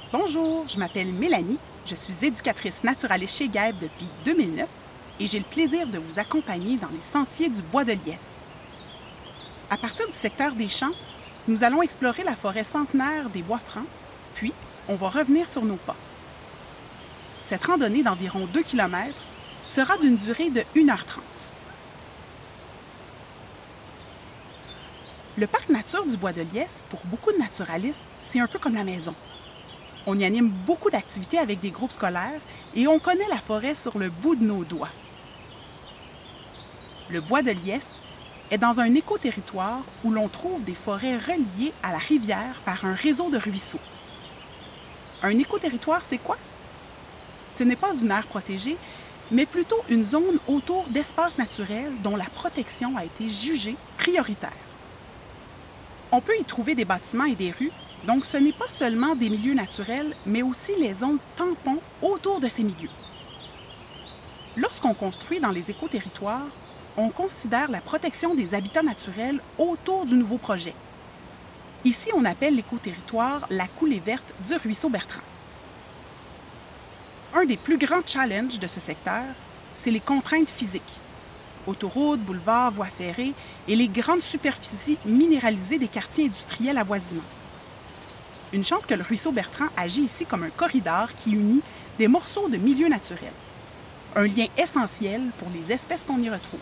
Bonjour, je m'appelle Mélanie, je suis éducatrice naturaliste chez GAEB depuis 2009 et j'ai le plaisir de vous accompagner dans les sentiers du Bois de Liesse. À partir du secteur des champs, nous allons explorer la forêt centenaire des Bois-Francs, puis on va revenir sur nos pas. Cette randonnée d'environ 2 km sera d'une durée de 1h30. Le parc nature du Bois de Liesse, pour beaucoup de naturalistes, c'est un peu comme la maison. On y anime beaucoup d'activités avec des groupes scolaires et on connaît la forêt sur le bout de nos doigts. Le Bois de Liesse est dans un écoterritoire où l'on trouve des forêts reliées à la rivière par un réseau de ruisseaux. Un écoterritoire, c'est quoi? Ce n'est pas une aire protégée, mais plutôt une zone autour d'espaces naturels dont la protection a été jugée prioritaire. On peut y trouver des bâtiments et des rues, donc ce n'est pas seulement des milieux naturels, mais aussi les zones tampons autour de ces milieux. Lorsqu'on construit dans les écoterritoires, on considère la protection des habitats naturels autour du nouveau projet. Ici, on appelle l'écoterritoire la coulée verte du ruisseau Bertrand. Un des plus grands challenges de ce secteur, c'est les contraintes physiques. Autoroutes, boulevards, voies ferrées et les grandes superficies minéralisées des quartiers industriels avoisinants. Une chance que le ruisseau Bertrand agit ici comme un corridor qui unit des morceaux de milieux naturels. Un lien essentiel pour les espèces qu'on y retrouve.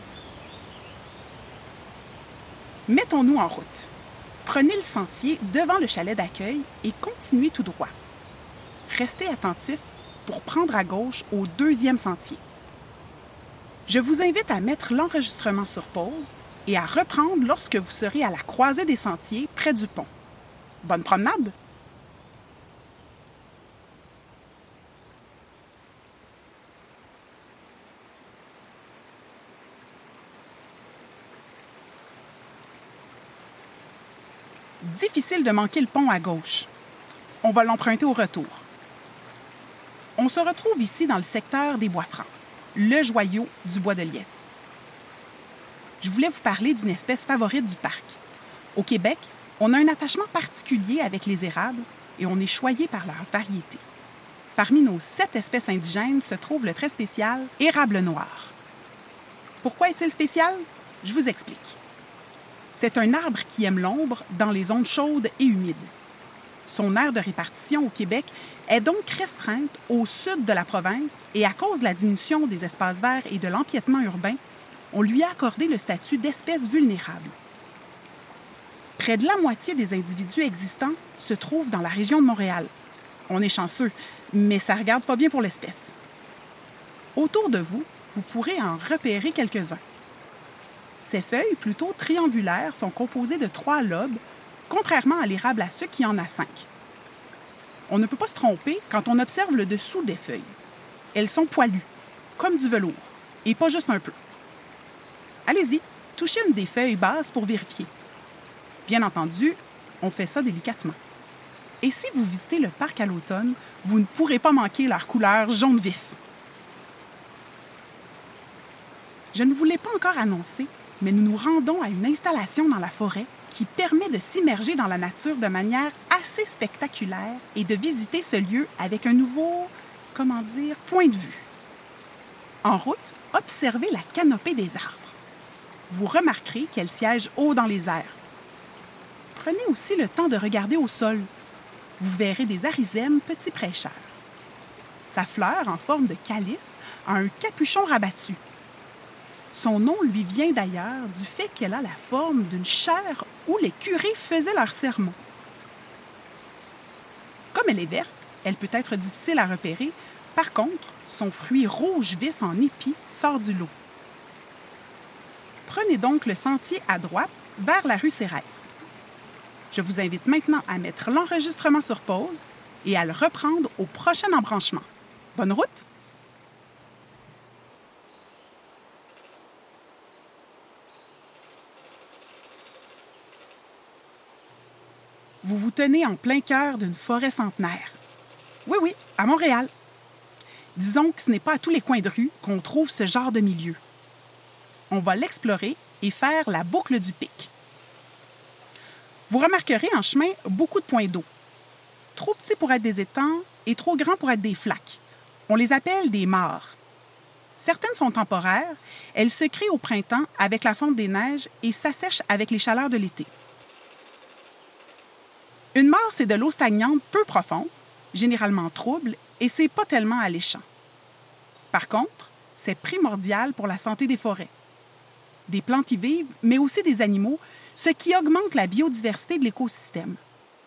Mettons-nous en route. Prenez le sentier devant le chalet d'accueil et continuez tout droit. Restez attentifs pour prendre à gauche au deuxième sentier. Je vous invite à mettre l'enregistrement sur pause et à reprendre lorsque vous serez à la croisée des sentiers près du pont. Bonne promenade! Difficile de manquer le pont à gauche. On va l'emprunter au retour. On se retrouve ici dans le secteur des Bois-Francs, le joyau du Bois de Liesse. Je voulais vous parler d'une espèce favorite du parc. Au Québec, on a un attachement particulier avec les érables et on est choyé par leur variété. Parmi nos 7 espèces indigènes se trouve le très spécial érable noir. Pourquoi est-il spécial? Je vous explique. C'est un arbre qui aime l'ombre dans les zones chaudes et humides. Son aire de répartition au Québec est donc restreinte au sud de la province et à cause de la diminution des espaces verts et de l'empiètement urbain, on lui a accordé le statut d'espèce vulnérable. Près de la moitié des individus existants se trouvent dans la région de Montréal. On est chanceux, mais ça ne regarde pas bien pour l'espèce. Autour de vous, vous pourrez en repérer quelques-uns. Ces feuilles, plutôt triangulaires, sont composées de 3 lobes, contrairement à l'érable à sucre qui en a 5. On ne peut pas se tromper quand on observe le dessous des feuilles. Elles sont poilues, comme du velours, et pas juste un peu. Allez-y, touchez une des feuilles basses pour vérifier. Bien entendu, on fait ça délicatement. Et si vous visitez le parc à l'automne, vous ne pourrez pas manquer leur couleur jaune vif. Je ne vous l'ai pas encore annoncé, mais nous nous rendons à une installation dans la forêt qui permet de s'immerger dans la nature de manière assez spectaculaire et de visiter ce lieu avec un nouveau, point de vue. En route, observez la canopée des arbres. Vous remarquerez qu'elle siège haut dans les airs. Prenez aussi le temps de regarder au sol. Vous verrez des arizèmes petits prêcheurs. Sa fleur, en forme de calice, a un capuchon rabattu. Son nom lui vient d'ailleurs du fait qu'elle a la forme d'une chaire où les curés faisaient leur sermon. Comme elle est verte, elle peut être difficile à repérer. Par contre, son fruit rouge vif en épi sort du lot. Prenez donc le sentier à droite vers la rue Cérès. Je vous invite maintenant à mettre l'enregistrement sur pause et à le reprendre au prochain embranchement. Bonne route! Vous vous tenez en plein cœur d'une forêt centenaire. Oui, à Montréal. Disons que ce n'est pas à tous les coins de rue qu'on trouve ce genre de milieu. On va l'explorer et faire la boucle du pic. Vous remarquerez en chemin beaucoup de points d'eau. trop petits pour être des étangs et trop grands pour être des flaques. On les appelle des mares. Certaines sont temporaires, elles se créent au printemps avec la fonte des neiges et s'assèchent avec les chaleurs de l'été. Une mare, c'est de l'eau stagnante peu profonde, généralement trouble, et c'est pas tellement alléchant. Par contre, c'est primordial pour la santé des forêts. Des plantes y vivent, mais aussi des animaux, ce qui augmente la biodiversité de l'écosystème.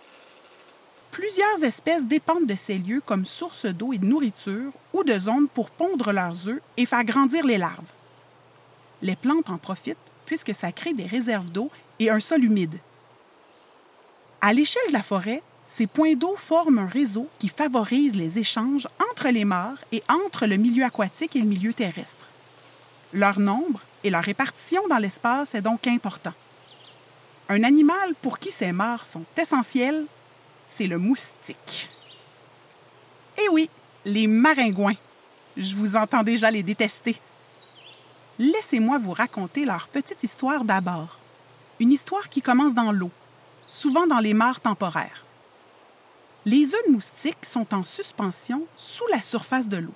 Plusieurs espèces dépendent de ces lieux comme source d'eau et de nourriture ou de zones pour pondre leurs œufs et faire grandir les larves. Les plantes en profitent puisque ça crée des réserves d'eau et un sol humide. À l'échelle de la forêt, ces points d'eau forment un réseau qui favorise les échanges entre les mares et entre le milieu aquatique et le milieu terrestre. Leur nombre et leur répartition dans l'espace est donc important. Un animal pour qui ces mares sont essentielles, c'est le moustique. Eh oui, les maringouins. Je vous entends déjà les détester. Laissez-moi vous raconter leur petite histoire d'abord. Une histoire qui commence dans l'eau, souvent dans les mares temporaires. Les œufs de moustiques sont en suspension sous la surface de l'eau.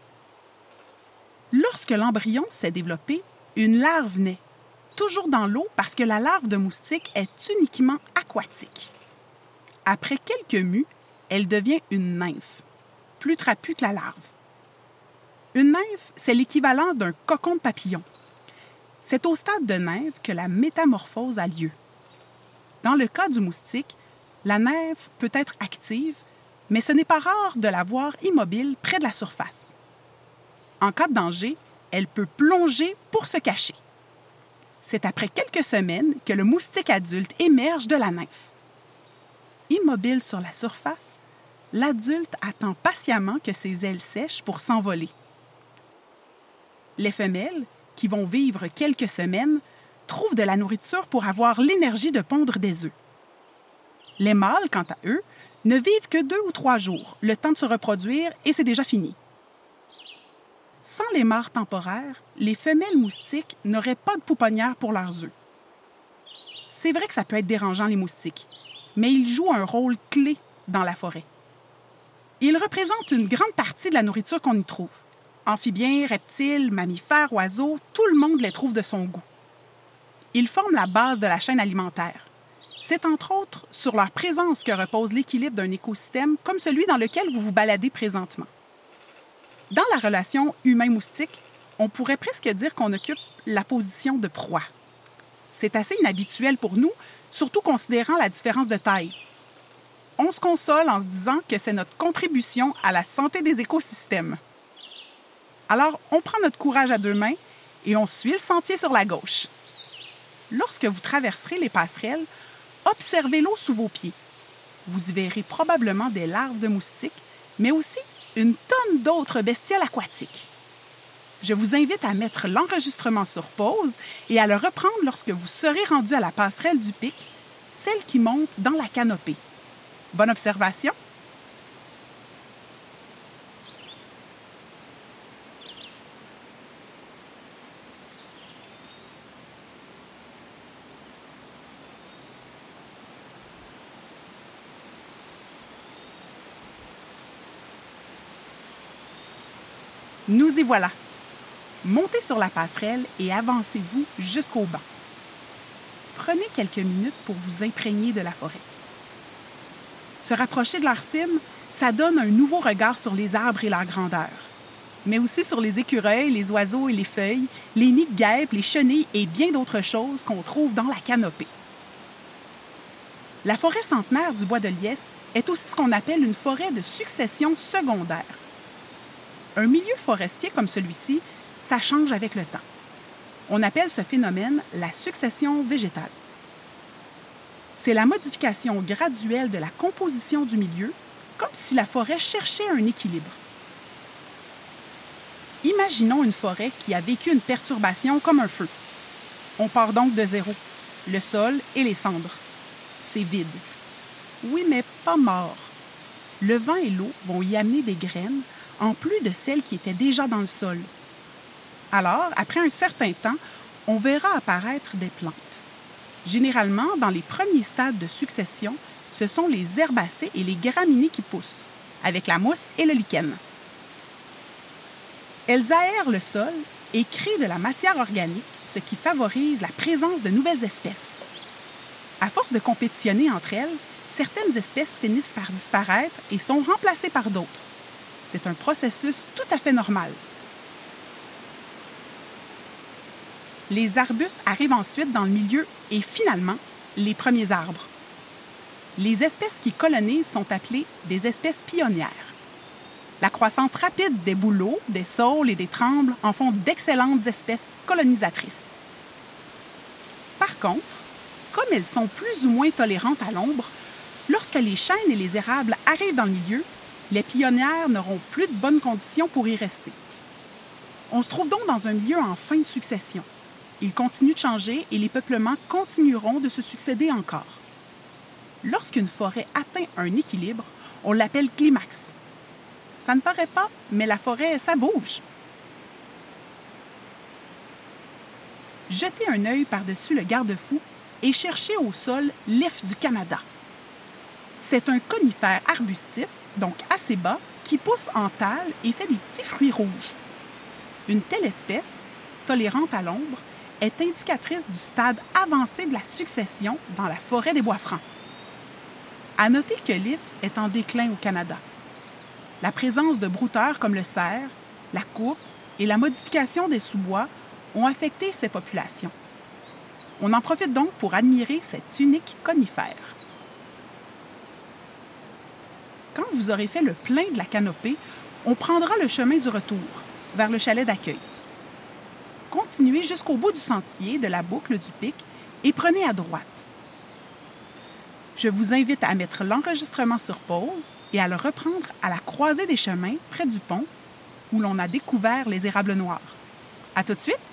Lorsque l'embryon s'est développé, une larve naît, toujours dans l'eau parce que la larve de moustique est uniquement aquatique. Après quelques mues, elle devient une nymphe, plus trapue que la larve. Une nymphe, c'est l'équivalent d'un cocon de papillon. C'est au stade de nymphe que la métamorphose a lieu. Dans le cas du moustique, la nymphe peut être active, mais ce n'est pas rare de la voir immobile près de la surface. En cas de danger, elle peut plonger pour se cacher. C'est après quelques semaines que le moustique adulte émerge de la nymphe. Immobile sur la surface, l'adulte attend patiemment que ses ailes sèchent pour s'envoler. Les femelles, qui vont vivre quelques semaines, trouvent de la nourriture pour avoir l'énergie de pondre des œufs. Les mâles, quant à eux, ne vivent que 2 ou 3 jours, le temps de se reproduire, et c'est déjà fini. Sans les mares temporaires, les femelles moustiques n'auraient pas de pouponnière pour leurs œufs. C'est vrai que ça peut être dérangeant, les moustiques, mais ils jouent un rôle clé dans la forêt. Ils représentent une grande partie de la nourriture qu'on y trouve. Amphibiens, reptiles, mammifères, oiseaux, tout le monde les trouve de son goût. Ils forment la base de la chaîne alimentaire. C'est entre autres sur leur présence que repose l'équilibre d'un écosystème comme celui dans lequel vous vous baladez présentement. Dans la relation humain-moustique, on pourrait presque dire qu'on occupe la position de proie. C'est assez inhabituel pour nous, surtout considérant la différence de taille. On se console en se disant que c'est notre contribution à la santé des écosystèmes. Alors, on prend notre courage à 2 mains et on suit le sentier sur la gauche. Lorsque vous traverserez les passerelles, observez l'eau sous vos pieds. Vous y verrez probablement des larves de moustiques, mais aussi une tonne d'autres bestioles aquatiques. Je vous invite à mettre l'enregistrement sur pause et à le reprendre lorsque vous serez rendu à la passerelle du pic, celle qui monte dans la canopée. Bonne observation! Nous y voilà! Montez sur la passerelle et avancez-vous jusqu'au banc. Prenez quelques minutes pour vous imprégner de la forêt. Se rapprocher de leur cime, ça donne un nouveau regard sur les arbres et leur grandeur, mais aussi sur les écureuils, les oiseaux et les feuilles, les nids de guêpes, les chenilles et bien d'autres choses qu'on trouve dans la canopée. La forêt centenaire du bois de Liesse est aussi ce qu'on appelle une forêt de succession secondaire. Un milieu forestier comme celui-ci, ça change avec le temps. On appelle ce phénomène la succession végétale. C'est la modification graduelle de la composition du milieu, comme si la forêt cherchait un équilibre. Imaginons une forêt qui a vécu une perturbation comme un feu. On part donc de zéro, le sol et les cendres. C'est vide. Oui, mais pas mort. Le vent et l'eau vont y amener des graines, en plus de celles qui étaient déjà dans le sol. Alors, après un certain temps, on verra apparaître des plantes. Généralement, dans les premiers stades de succession, ce sont les herbacées et les graminées qui poussent, avec la mousse et le lichen. Elles aèrent le sol et créent de la matière organique, ce qui favorise la présence de nouvelles espèces. À force de compétitionner entre elles, certaines espèces finissent par disparaître et sont remplacées par d'autres. C'est un processus tout à fait normal. Les arbustes arrivent ensuite dans le milieu et finalement, les premiers arbres. Les espèces qui colonisent sont appelées des espèces pionnières. La croissance rapide des bouleaux, des saules et des trembles en font d'excellentes espèces colonisatrices. Par contre, comme elles sont plus ou moins tolérantes à l'ombre, lorsque les chênes et les érables arrivent dans le milieu, les pionnières n'auront plus de bonnes conditions pour y rester. On se trouve donc dans un milieu en fin de succession. Il continue de changer et les peuplements continueront de se succéder encore. Lorsqu'une forêt atteint un équilibre, on l'appelle climax. Ça ne paraît pas, mais la forêt, ça bouge. Jetez un œil par-dessus le garde-fou et cherchez au sol l'if du Canada. C'est un conifère arbustif, donc assez bas, qui pousse en tâle et fait des petits fruits rouges. Une telle espèce, tolérante à l'ombre, est indicatrice du stade avancé de la succession dans la forêt des bois francs. À noter que l'if est en déclin au Canada. La présence de brouteurs comme le cerf, la coupe et la modification des sous-bois ont affecté ces populations. On en profite donc pour admirer cet unique conifère. Quand vous aurez fait le plein de la canopée, on prendra le chemin du retour, vers le chalet d'accueil. Continuez jusqu'au bout du sentier de la boucle du pic et prenez à droite. Je vous invite à mettre l'enregistrement sur pause et à le reprendre à la croisée des chemins près du pont où l'on a découvert les érables noirs. À tout de suite!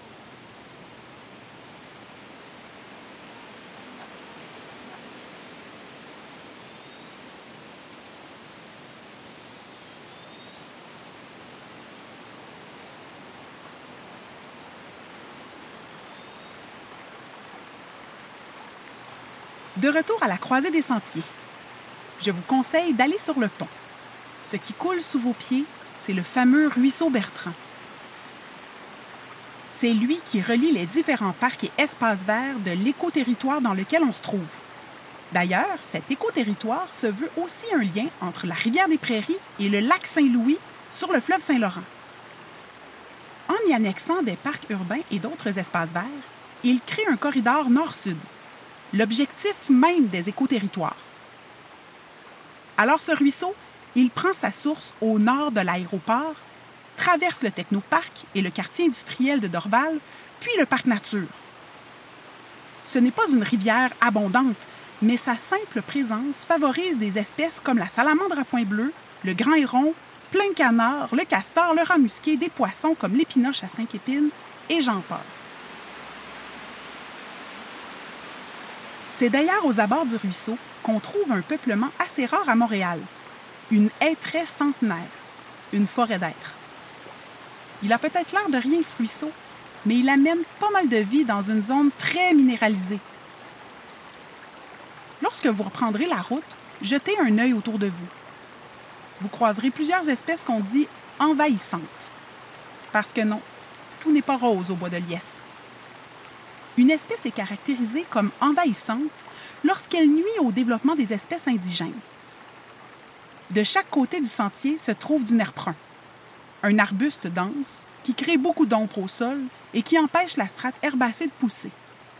De retour à la croisée des sentiers, je vous conseille d'aller sur le pont. Ce qui coule sous vos pieds, c'est le fameux ruisseau Bertrand. C'est lui qui relie les différents parcs et espaces verts de l'écoterritoire dans lequel on se trouve. D'ailleurs, cet écoterritoire se veut aussi un lien entre la rivière des Prairies et le lac Saint-Louis sur le fleuve Saint-Laurent. En y annexant des parcs urbains et d'autres espaces verts, il crée un corridor nord-sud. L'objectif même des écoterritoires. Alors ce ruisseau, il prend sa source au nord de l'aéroport, traverse le technoparc et le quartier industriel de Dorval, puis le parc nature. Ce n'est pas une rivière abondante, mais sa simple présence favorise des espèces comme la salamandre à pois bleu, le grand héron, plein de canards, le castor, le rat musqué, des poissons comme l'épinoche à 5 épines, et j'en passe. C'est d'ailleurs aux abords du ruisseau qu'on trouve un peuplement assez rare à Montréal, une hêtraie centenaire, une forêt d'hêtres. Il a peut-être l'air de rien ce ruisseau, mais il amène pas mal de vie dans une zone très minéralisée. Lorsque vous reprendrez la route, jetez un œil autour de vous. Vous croiserez plusieurs espèces qu'on dit envahissantes. Parce que non, tout n'est pas rose au bois de liesse. Une espèce est caractérisée comme envahissante lorsqu'elle nuit au développement des espèces indigènes. De chaque côté du sentier se trouve du nerf brun, un arbuste dense qui crée beaucoup d'ombre au sol et qui empêche la strate herbacée de pousser.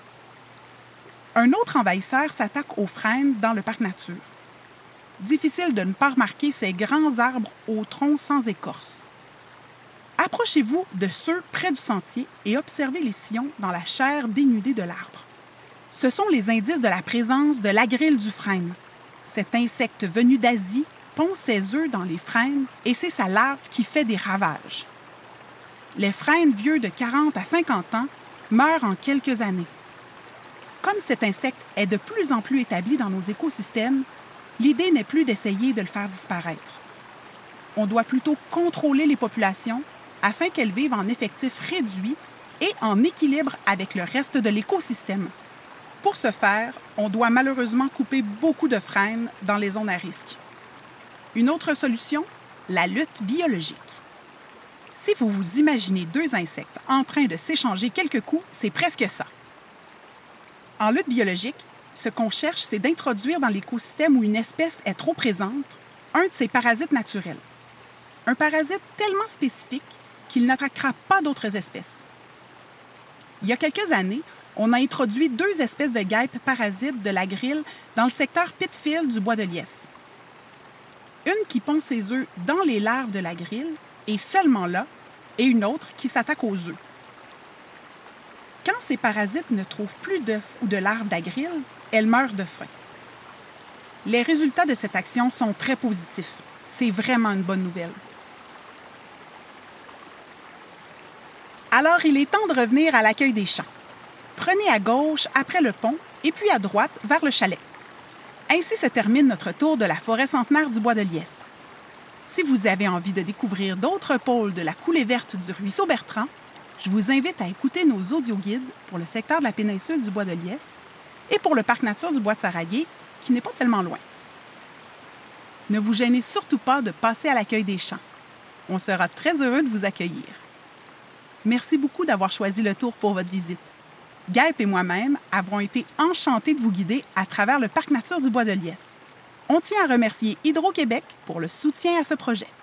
Un autre envahisseur s'attaque aux frênes dans le parc nature. Difficile de ne pas remarquer ces grands arbres aux troncs sans écorce. Approchez-vous de ceux près du sentier et observez les sillons dans la chair dénudée de l'arbre. Ce sont les indices de la présence de l'agrille du frêne. Cet insecte venu d'Asie pond ses œufs dans les frênes et c'est sa larve qui fait des ravages. Les frênes vieux de 40 à 50 ans meurent en quelques années. Comme cet insecte est de plus en plus établi dans nos écosystèmes, l'idée n'est plus d'essayer de le faire disparaître. On doit plutôt contrôler les populations afin qu'elles vivent en effectif réduit et en équilibre avec le reste de l'écosystème. Pour ce faire, on doit malheureusement couper beaucoup de frênes dans les zones à risque. Une autre solution, la lutte biologique. Si vous vous imaginez deux insectes en train de s'échanger quelques coups, c'est presque ça. En lutte biologique, ce qu'on cherche, c'est d'introduire dans l'écosystème où une espèce est trop présente un de ses parasites naturels. Un parasite tellement spécifique qu'il n'attaquera pas d'autres espèces. Il y a quelques années, on a introduit 2 espèces de guêpes parasites de la grille dans le secteur Pitfield du bois de liesse. Une qui pond ses œufs dans les larves de la grille, et seulement là, et une autre qui s'attaque aux œufs. Quand ces parasites ne trouvent plus d'œufs ou de larves d'agrille, elles meurent de faim. Les résultats de cette action sont très positifs. C'est vraiment une bonne nouvelle. Alors, il est temps de revenir à l'accueil des champs. Prenez à gauche après le pont et puis à droite vers le chalet. Ainsi se termine notre tour de la forêt centenaire du bois de liesse. Si vous avez envie de découvrir d'autres pôles de la coulée verte du ruisseau Bertrand, je vous invite à écouter nos audioguides pour le secteur de la péninsule du bois de liesse et pour le parc nature du bois de Saraguet, qui n'est pas tellement loin. Ne vous gênez surtout pas de passer à l'accueil des champs. On sera très heureux de vous accueillir. Merci beaucoup d'avoir choisi le tour pour votre visite. Guêpes et moi-même avons été enchantés de vous guider à travers le parc nature du bois de liesse. On tient à remercier Hydro-Québec pour le soutien à ce projet.